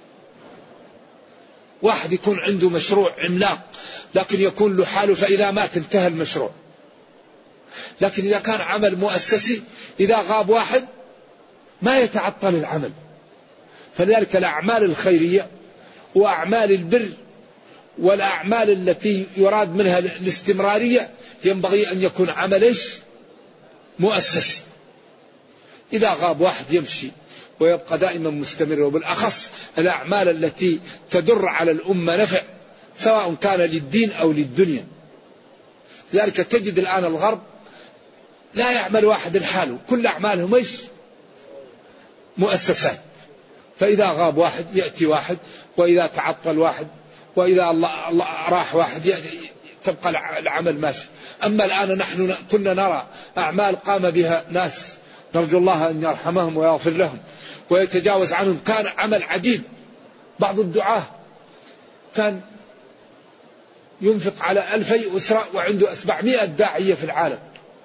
واحد يكون عنده مشروع عملاق لكن يكون له حاله، فإذا مات انتهى المشروع. لكن إذا كان عمل مؤسسي إذا غاب واحد ما يتعطل العمل. فلذلك الأعمال الخيرية وأعمال البر والأعمال التي يراد منها الاستمرارية ينبغي أن يكون عمل إيش؟ مؤسسي. إذا غاب واحد يمشي ويبقى دائما مستمر. وبالأخص الأعمال التي تدر على الأمة نفع سواء كان للدين أو للدنيا. لذلك تجد الآن الغرب لا يعمل واحد لحاله، كل أعمالهم إيش؟ مؤسسات. فإذا غاب واحد يأتي واحد، وإذا تعطل واحد، وإذا الله الله راح واحد تبقى العمل ماشي. أما الآن نحن كنا نرى أعمال قام بها ناس نرجو الله أن يرحمهم ويغفر لهم ويتجاوز عنهم، كان عمل عجيب. بعض الدعاة كان ينفق على ألفي أسرة وعنده سبعمائة داعية في العالم،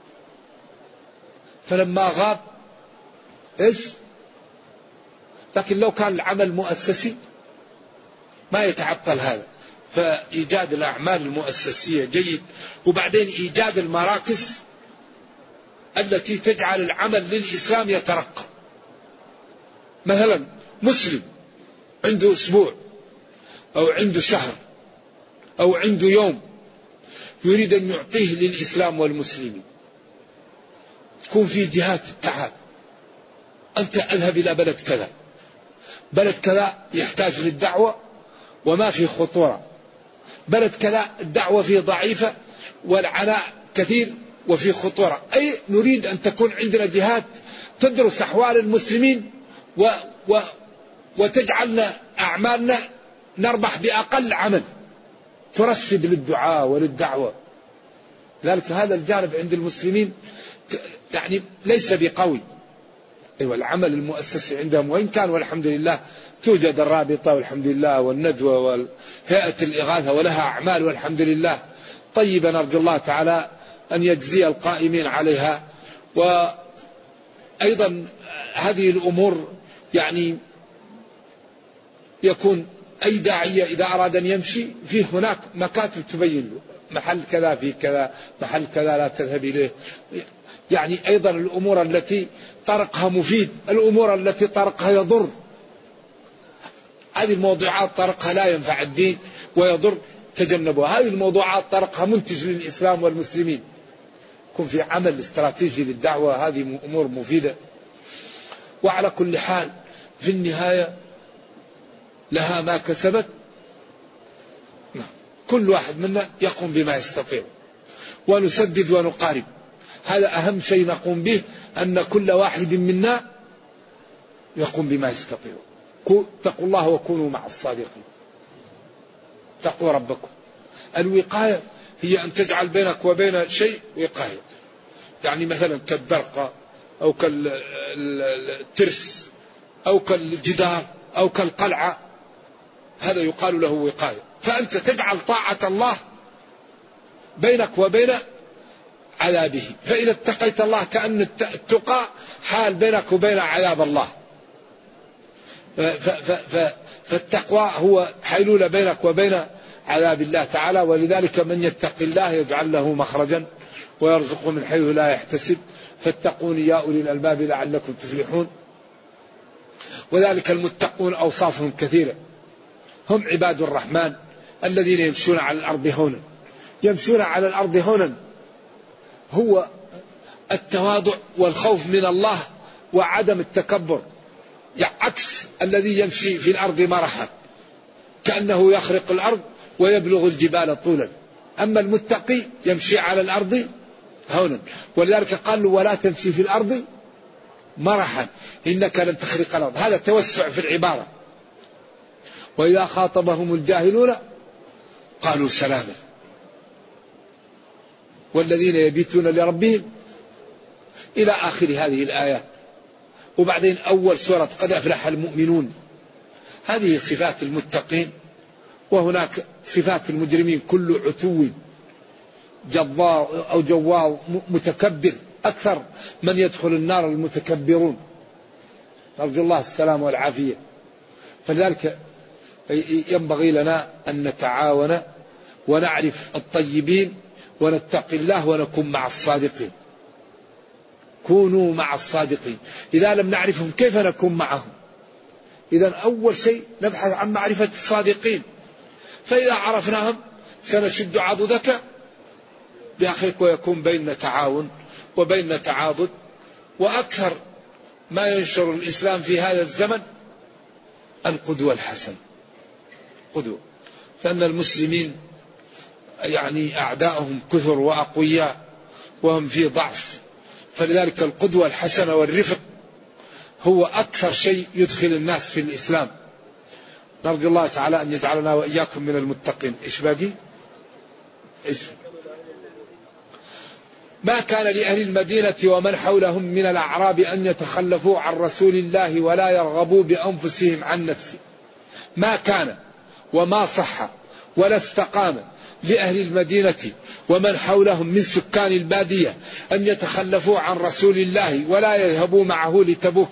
فلما غاب إيش؟ لكن لو كان العمل مؤسسي ما يتعطل هذا. فإيجاد الأعمال المؤسسية جيد. وبعدين إيجاد المراكز التي تجعل العمل للإسلام يترقى. مثلا مسلم عنده أسبوع أو عنده شهر أو عنده يوم يريد أن يعطيه للإسلام والمسلمين، تكون في جهات التعب. أنت أذهب إلى بلد كذا، بلد كذا يحتاج للدعوة وما في خطورة. بلد كذا الدعوة فيه ضعيفة والعناء كثير وفي خطورة، أي نريد أن تكون عندنا جهات تدرس أحوال المسلمين و و وتجعلنا أعمالنا نربح بأقل عمل، ترشد للدعاء وللدعوة. لذلك هذا الجانب عند المسلمين يعني ليس بقوي. أيوة العمل المؤسسي عندهم وإن كان والحمد لله توجد الرابطة والحمد لله والندوة والهيئة الإغاثة ولها أعمال والحمد لله طيبة، نرجو الله تعالى أن يجزي القائمين عليها. وأيضا هذه الأمور يعني يكون أي داعية إذا أراد أن يمشي فيه هناك مكاتب تبين له محل كذا في كذا، محل كذا لا تذهب إليه. يعني أيضا الأمور التي طرقها مفيد، الأمور التي طرقها يضر، هذه الموضوعات طرقها لا ينفع الدين ويضر تجنبها. هذه الموضوعات طرقها منتج للإسلام والمسلمين، يكون في عمل استراتيجي للدعوة، هذه أمور مفيدة. وعلى كل حال في النهاية لها ما كسبت، كل واحد منا يقوم بما يستطيع ونسدد ونقارب. هذا أهم شيء نقوم به، أن كل واحد منا يقوم بما يستطيع. اتقوا الله وكونوا مع الصادقين. اتقوا ربكم. الوقاية هي أن تجعل بينك وبين شيء وقاية، يعني مثلا كالدرقة أو كالترس أو كالجدار أو كالقلعة، هذا يقال له وقاية. فأنت تجعل طاعة الله بينك وبين عذابه، فإذا اتقيت الله كأن التقى حال بينك وبين عذاب الله. فالتقوى هو حيلولة بينك وبين عذاب الله تعالى. ولذلك من يتق الله يجعل له مخرجا ويرزقه من حيث لا يحتسب، فاتقوني يا أولي الألباب لعلكم تفلحون. وذلك المتقون أوصافهم كثيرة، هم عباد الرحمن الذين يمشون على الأرض هونا. يمشون على الأرض هونا هو التواضع والخوف من الله وعدم التكبر، عكس الذي يمشي في الأرض مرحا كأنه يخرق الأرض ويبلغ الجبال طولا. أما المتقي يمشي على الأرض هونا، ولذلك قال ولا تمشي في الأرض مرحا إنك لن تخرق الأرض. هذا توسع في العبارة. وإذا خاطبهم الجاهلون قالوا سلاما، والذين يبيتون لربهم إلى آخر هذه الآيات. وبعدين أول سورة قد أفلح المؤمنون، هذه صفات المتقين. وهناك صفات المجرمين، كل عتو جبار أو جوار متكبر، أكثر من يدخل النار المتكبرون، نرجو الله السلام والعافية. فلذلك ينبغي لنا أن نتعاون ونعرف الطيبين ونتقي الله ونكون مع الصادقين. كونوا مع الصادقين. إذا لم نعرفهم كيف نكون معهم؟ إذا أول شيء نبحث عن معرفة الصادقين، فإذا عرفناهم سنشد عضدك بأخيك ويكون بيننا تعاون وبيننا تعاضد. وأكثر ما ينشر الإسلام في هذا الزمن القدوة الحسنة، قدوة. فإن المسلمين يعني أعداؤهم كثر وأقوياء وهم في ضعف، فلذلك القدوة الحسنة والرفق هو أكثر شيء يدخل الناس في الإسلام. نرجو الله تعالى أن يجعلنا وإياكم من المتقين. إيش باقي؟ إيش؟ ما كان لأهل المدينة ومن حولهم من الأعراب أن يتخلفوا عن رسول الله ولا يرغبوا بأنفسهم عن نفسه. ما كان وما صح ولا استقام لأهل المدينة ومن حولهم من سكان البادية أن يتخلفوا عن رسول الله ولا يذهبوا معه لتبوك،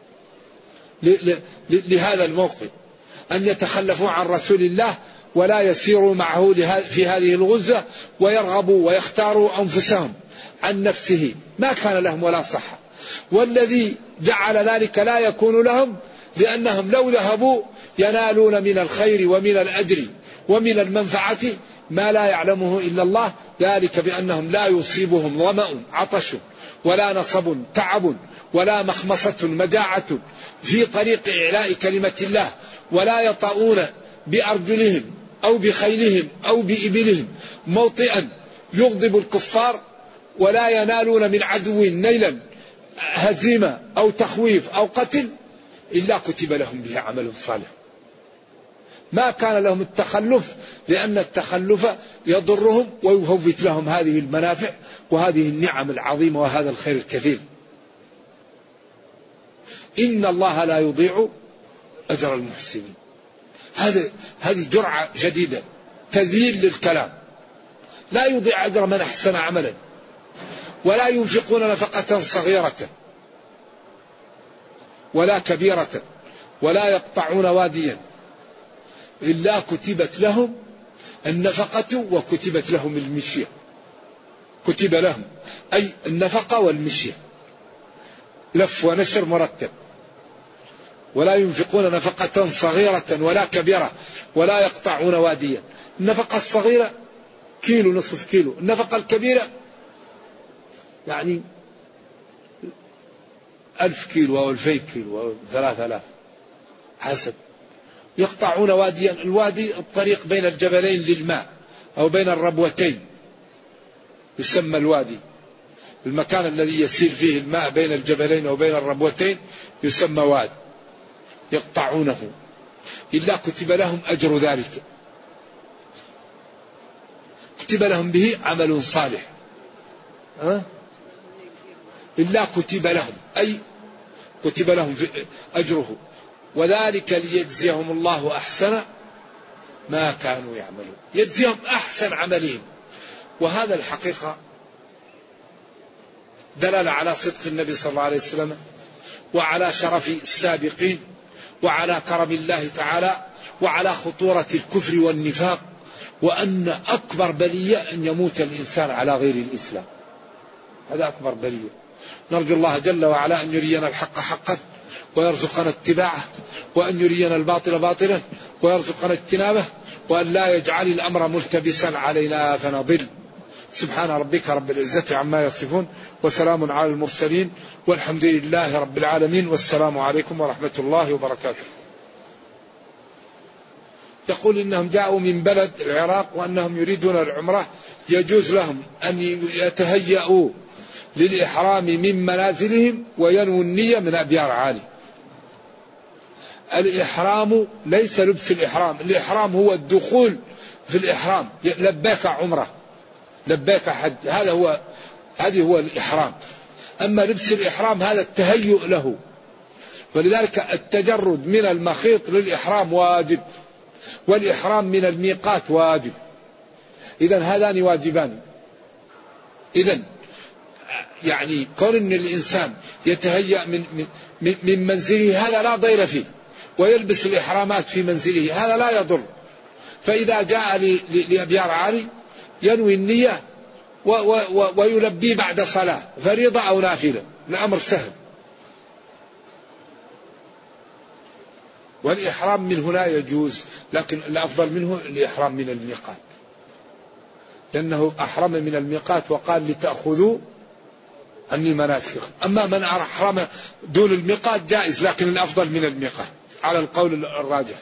لهذا الموقف، أن يتخلفوا عن رسول الله ولا يسيروا معه في هذه الغزة ويرغبوا ويختاروا أنفسهم عن نفسه. ما كان لهم ولا صح. والذي جعل ذلك لا يكون لهم لأنهم لو ذهبوا ينالون من الخير ومن الأجر ومن المنفعة ما لا يعلمه إلا الله، ذلك بأنهم لا يصيبهم ظمأ عطش ولا نصب تعب ولا مخمصة مجاعة في طريق إعلاء كلمة الله، ولا يطؤون بأرجلهم أو بخيلهم أو بإبلهم موطئا يغضب الكفار ولا ينالون من عدو نيلا هزيمة أو تخويف أو قتل إلا كتب لهم به عمل صالح. ما كان لهم التخلف لأن التخلف يضرهم ويفوت لهم هذه المنافع وهذه النعم العظيمة وهذا الخير الكثير. إن الله لا يضيع أجر المحسنين. هذا هذه جرعة جديدة تذييل للكلام. لا يضيع أجر من أحسن عملا ولا ينفقون نفقة صغيرة ولا كبيرة ولا يقطعون واديا إلا كتبت لهم النفقة وكتبت لهم المشية. كتب لهم أي النفقة والمشية لف ونشر مرتب. ولا ينفقون نفقة صغيرة ولا كبيرة ولا يقطعون واديا. النفقة الصغيرة كيلو نصف كيلو، النفقة الكبيرة يعني ألف كيلو أو ألفين كيلو أو ثلاثة آلاف حسب. يقطعون واديا، الوادي الطريق بين الجبلين للماء أو بين الربوتين يسمى الوادي. المكان الذي يسير فيه الماء بين الجبلين أو بين الربوتين يسمى واد. يقطعونه إلا كتب لهم أجر ذلك، كتب لهم به عمل صالح. أه؟ إلا كتب لهم أي كتب لهم أجره، وذلك ليجزيهم الله أحسن ما كانوا يعملون. يجزيهم أحسن عملهم. وهذا الحقيقة دلل على صدق النبي صلى الله عليه وسلم وعلى شرف السابقين وعلى كرم الله تعالى وعلى خطورة الكفر والنفاق، وأن أكبر بلية أن يموت الإنسان على غير الإسلام. هذا أكبر بلية. نرجو الله جل وعلا أن يرينا الحق حقا ويرزقنا اتباعه، وأن يرينا الباطل باطلا ويرزقنا اجتنابه، وأن لا يجعل الأمر ملتبسا علينا فنضل. سبحان ربك رب العزة عما يصفون وسلام على المرسلين والحمد لله رب العالمين، والسلام عليكم ورحمة الله وبركاته. يقول إنهم جاءوا من بلد العراق وأنهم يريدون العمرة، يجوز لهم أن يتهيئوا للإحرام من منازلهم وينووا النية من أبيار عالي. الإحرام ليس لبس الإحرام، الإحرام هو الدخول في الإحرام، لبيك عمرة لبيك حج، هذا هو هذه هو الإحرام. أما لبس الإحرام هذا التهيؤ له، ولذلك التجرد من المخيط للإحرام واجب، والإحرام من الميقات واجب. إذن هذان واجبان. إذن يعني كون أن الإنسان يتهيأ من, من, من منزله هذا لا ضير فيه، ويلبس الإحرامات في منزله هذا لا يضر. فإذا جاء لأبيار عالي ينوي النية و و ويلبي بعد صلاة فريضة أو نافلة، الأمر سهل. والإحرام منه لا يجوز، لكن الأفضل منه الإحرام من الميقات، لأنه أحرم من الميقات وقال لتأخذوا عني مناسككم. أما من أحرم دون الميقات جائز، لكن الأفضل من الميقات على القول الراجح.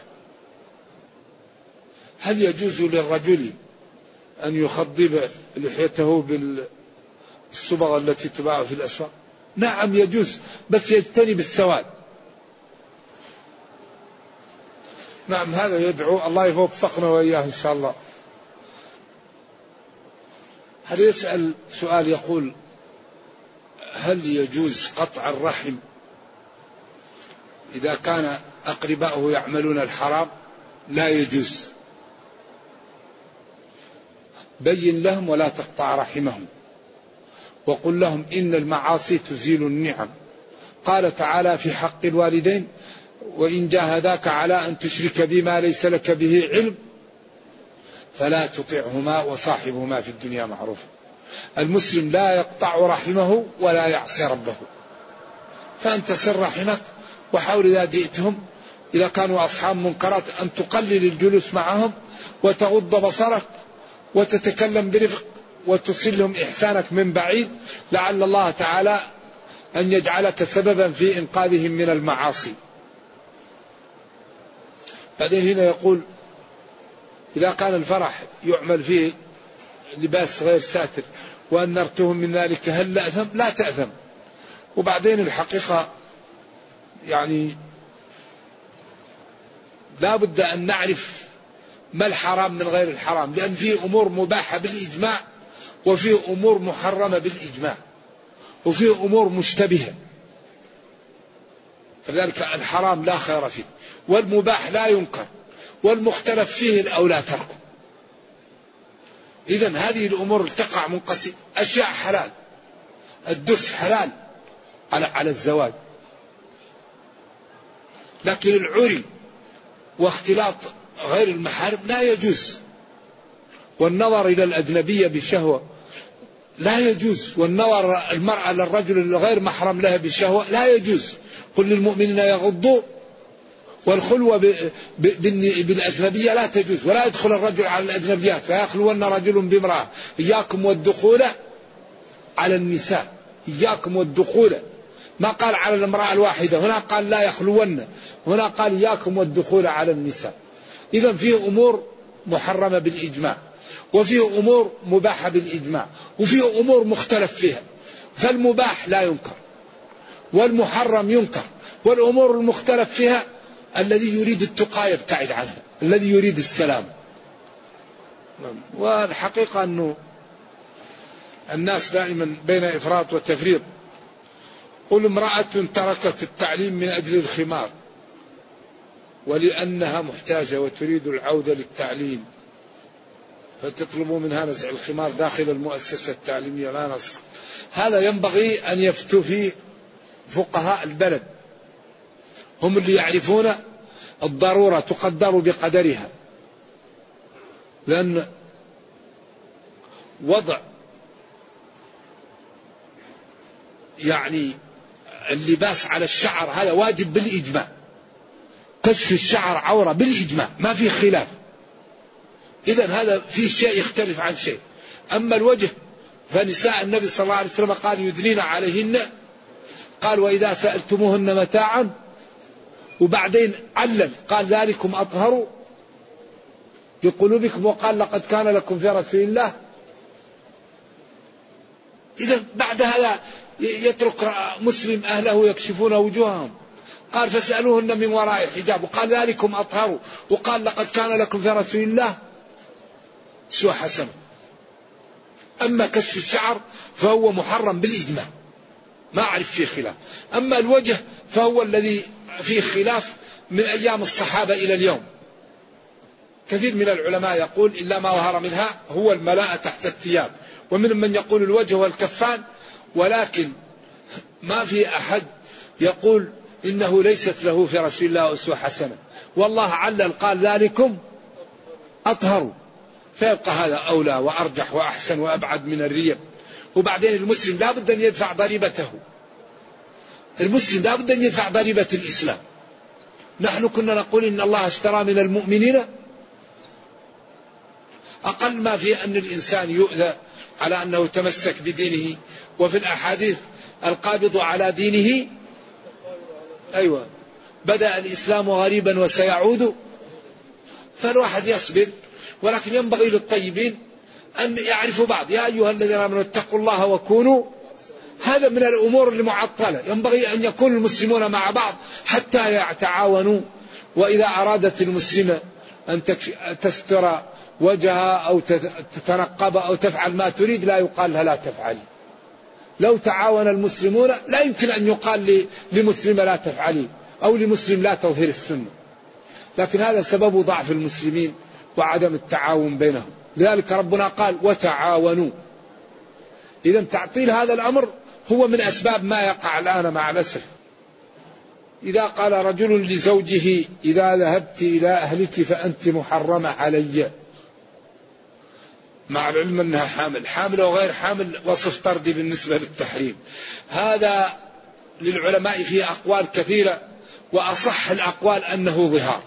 هل يجوز للرجل أن يخضب لحيته بالصبغة التي تباع في الأسواق؟ نعم يجوز، بس يجتنب السواد. نعم هذا يدعو الله يوفقنا وإياه إن شاء الله. هل يسأل سؤال يقول: هل يجوز قطع الرحم إذا كان أقرباؤه يعملون الحرام؟ لا يجوز. بين لهم ولا تقطع رحمهم، وقل لهم إن المعاصي تزيل النعم. قال تعالى في حق الوالدين: وإن جاهداك على أن تشرك بما ليس لك به علم فلا تطعهما وصاحبهما في الدنيا معروفا. المسلم لا يقطع رحمه ولا يعصي ربه. فأنت سر رحمك، وحاول إذا جئتهم إذا كانوا أصحاب منكرات أن تقلل الجلوس معهم وتغض بصرك وتتكلم برفق وتصلهم إحسانك من بعيد، لعل الله تعالى أن يجعلك سببا في إنقاذهم من المعاصي. بعدين هنا يقول: إذا كان الفرح يعمل فيه لباس غير ساتر وأنرتهم من ذلك هل لا أثم؟ لا تأثم. وبعدين الحقيقة يعني لا بد أن نعرف ما الحرام من غير الحرام، لأن فيه أمور مباحة بالإجماع وفيه أمور محرمة بالإجماع وفيه أمور مشتبهة، فذلك الحرام لا خير فيه والمباح لا ينكر والمختلف فيه الأولى تركه. إذن هذه الأمور تقع منقسم، أشياء حلال، الدس حلال على على الزواج، لكن العري واختلاط غير المحارم لا يجوز، والنظر إلى الأجنبية بشهوة لا يجوز، والنظر المرأة للرجل الغير محرم لها بشهوة لا يجوز. قل للمؤمنين يغضوا، والخلوة بالأجنبية لا تجوز، ولا يدخل الرجل على الأجنبيات، لا يخلون رجل بامرأة. إياكم والدخول على النساء، إياكم والدخول، ما قال على الامرأة الواحدة، هنا قال لا يخلون، هنا قال إياكم والدخول على النساء. إذن فيه أمور محرمة بالإجماع وفيه أمور مباحة بالإجماع وفيه أمور مختلف فيها، فالمباح لا ينكر والمحرم ينكر، والأمور المختلف فيها الذي يريد التقى يبتعد عنها، الذي يريد السلام. والحقيقة أنه الناس دائما بين إفراط وتفريط. قل امرأة تركت التعليم من أجل الخمار ولأنها محتاجة وتريد العودة للتعليم فتطلبوا منها نزع الخمار داخل المؤسسة التعليمية، لا نص. هذا ينبغي أن يفتوا فيه فقهاء البلد، هم اللي يعرفون الضرورة تقدر بقدرها، لأن وضع يعني اللباس على الشعر هذا واجب بالإجماع، كشف الشعر عورة بالإجماع ما في خلاف. إذن هذا في شيء يختلف عن شيء. أما الوجه فنساء النبي صلى الله عليه وسلم قال يدنين عليهن، قال وإذا سألتموهن متاعا، وبعدين علل قال ذلكم أطهر لقلوبكم، وقال لقد كان لكم في رسول الله. إذا بعد هذا يترك مسلم أهله يكشفون وجوههم، قال فاسألوهن من وراء الحجاب، وقال ذلكم أطهر، وقال لقد كان لكم في رسول الله سوى حسن. أما كشف الشعر فهو محرم بالإجماع ما أعرف فيه خلاف. أما الوجه فهو الذي فيه خلاف من أيام الصحابة إلى اليوم. كثير من العلماء يقول إلا ما ظهر منها هو الملاءة تحت الثياب، ومن من يقول الوجه والكفان، ولكن ما في أحد يقول إنه ليست له في رسول الله أسوة حسنة، والله علل قال ذلكم أطهر، فيبقى هذا أولى وأرجح وأحسن وأبعد من الريب. وبعدين المسلم لا بد أن يدفع ضريبته، المسلم لا بد أن يدفع ضريبة الإسلام. نحن كنا نقول إن الله اشترى من المؤمنين، أقل ما في أن الإنسان يؤذى على أنه تمسك بدينه، وفي الأحاديث القابض على دينه أيوة بدأ الإسلام غريبا وسيعود، فالواحد يصبر. ولكن ينبغي للطيبين أن يعرفوا بعض، يا أيها الذين آمنوا اتقوا الله وكونوا، هذا من الأمور المعطلة. ينبغي أن يكون المسلمون مع بعض حتى يتعاونوا، وإذا أرادت المسلمة أن تستر وجهها أو تتنقب أو تفعل ما تريد لا يقال لها لا تفعلي. لو تعاون المسلمون لا يمكن أن يقال لمسلمة لا تفعلي أو لمسلم لا تظهر السنة، لكن هذا سبب ضعف المسلمين وعدم التعاون بينهم. لذلك ربنا قال وتعاونوا. إذا تعطيل هذا الأمر هو من أسباب ما يقع الآن مع الأسف. إذا قال رجل لزوجه إذا ذهبت إلى أهلك فأنت محرمة علي، مع العلم أنها حامل، حامل وغير حامل وصف طردي بالنسبة للتحريم. هذا للعلماء فيه أقوال كثيرة، وأصح الأقوال أنه ظهار،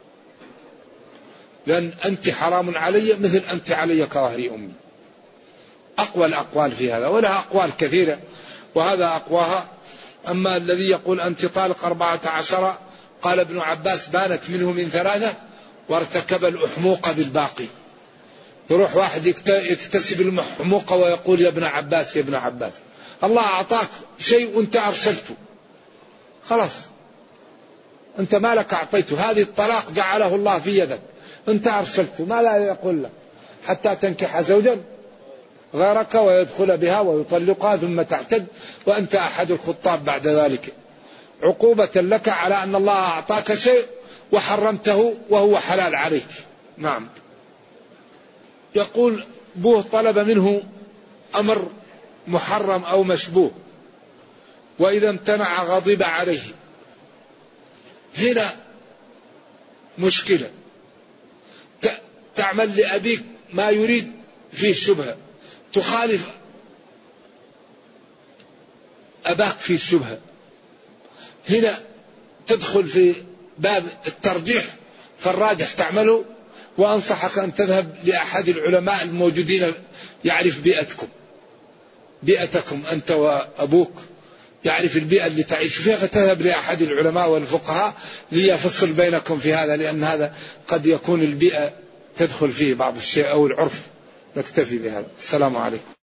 لأن أنت حرام علي مثل أنت علي كظهر أمي. أقوى الأقوال في هذا، ولها أقوال كثيرة وهذا أقواها. أما الذي يقول أنت طالق أربعة عشر، قال ابن عباس بانت منه من ثلاثة، وارتكب الأحموق بالباقي. يروح واحد يكتسب المحموقة ويقول يا ابن عباس يا ابن عباس، الله أعطاك شيء وانت أرسلته، خلاص أنت مالك أعطيته، هذه الطلاق جعله الله في يدك، أنت أرسلته، ما لا يقول لك حتى تنكح زوجا غيرك ويدخل بها ويطلقها ثم تعتد وأنت أحد الخطاب بعد ذلك، عقوبة لك على أن الله أعطاك شيء وحرمته وهو حلال عليك. نعم. يقول أبوه طلب منه أمر محرم أو مشبوه، وإذا امتنع غضب عليه. هنا مشكلة، تعمل لأبيك ما يريد فيه الشبهة، تخالف أباك في الشبهة، هنا تدخل في باب الترجيح، فالراجح تعمله. وأنصحك أن تذهب لأحد العلماء الموجودين يعرف بيئتكم بيئتكم أنت وأبوك، يعرف البيئة اللي تعيش فيها، فتذهب لأحد العلماء والفقهاء ليفصل بينكم في هذا، لأن هذا قد يكون البيئة تدخل فيه بعض الشيء أو العرف. نكتفي بهذا. السلام عليكم.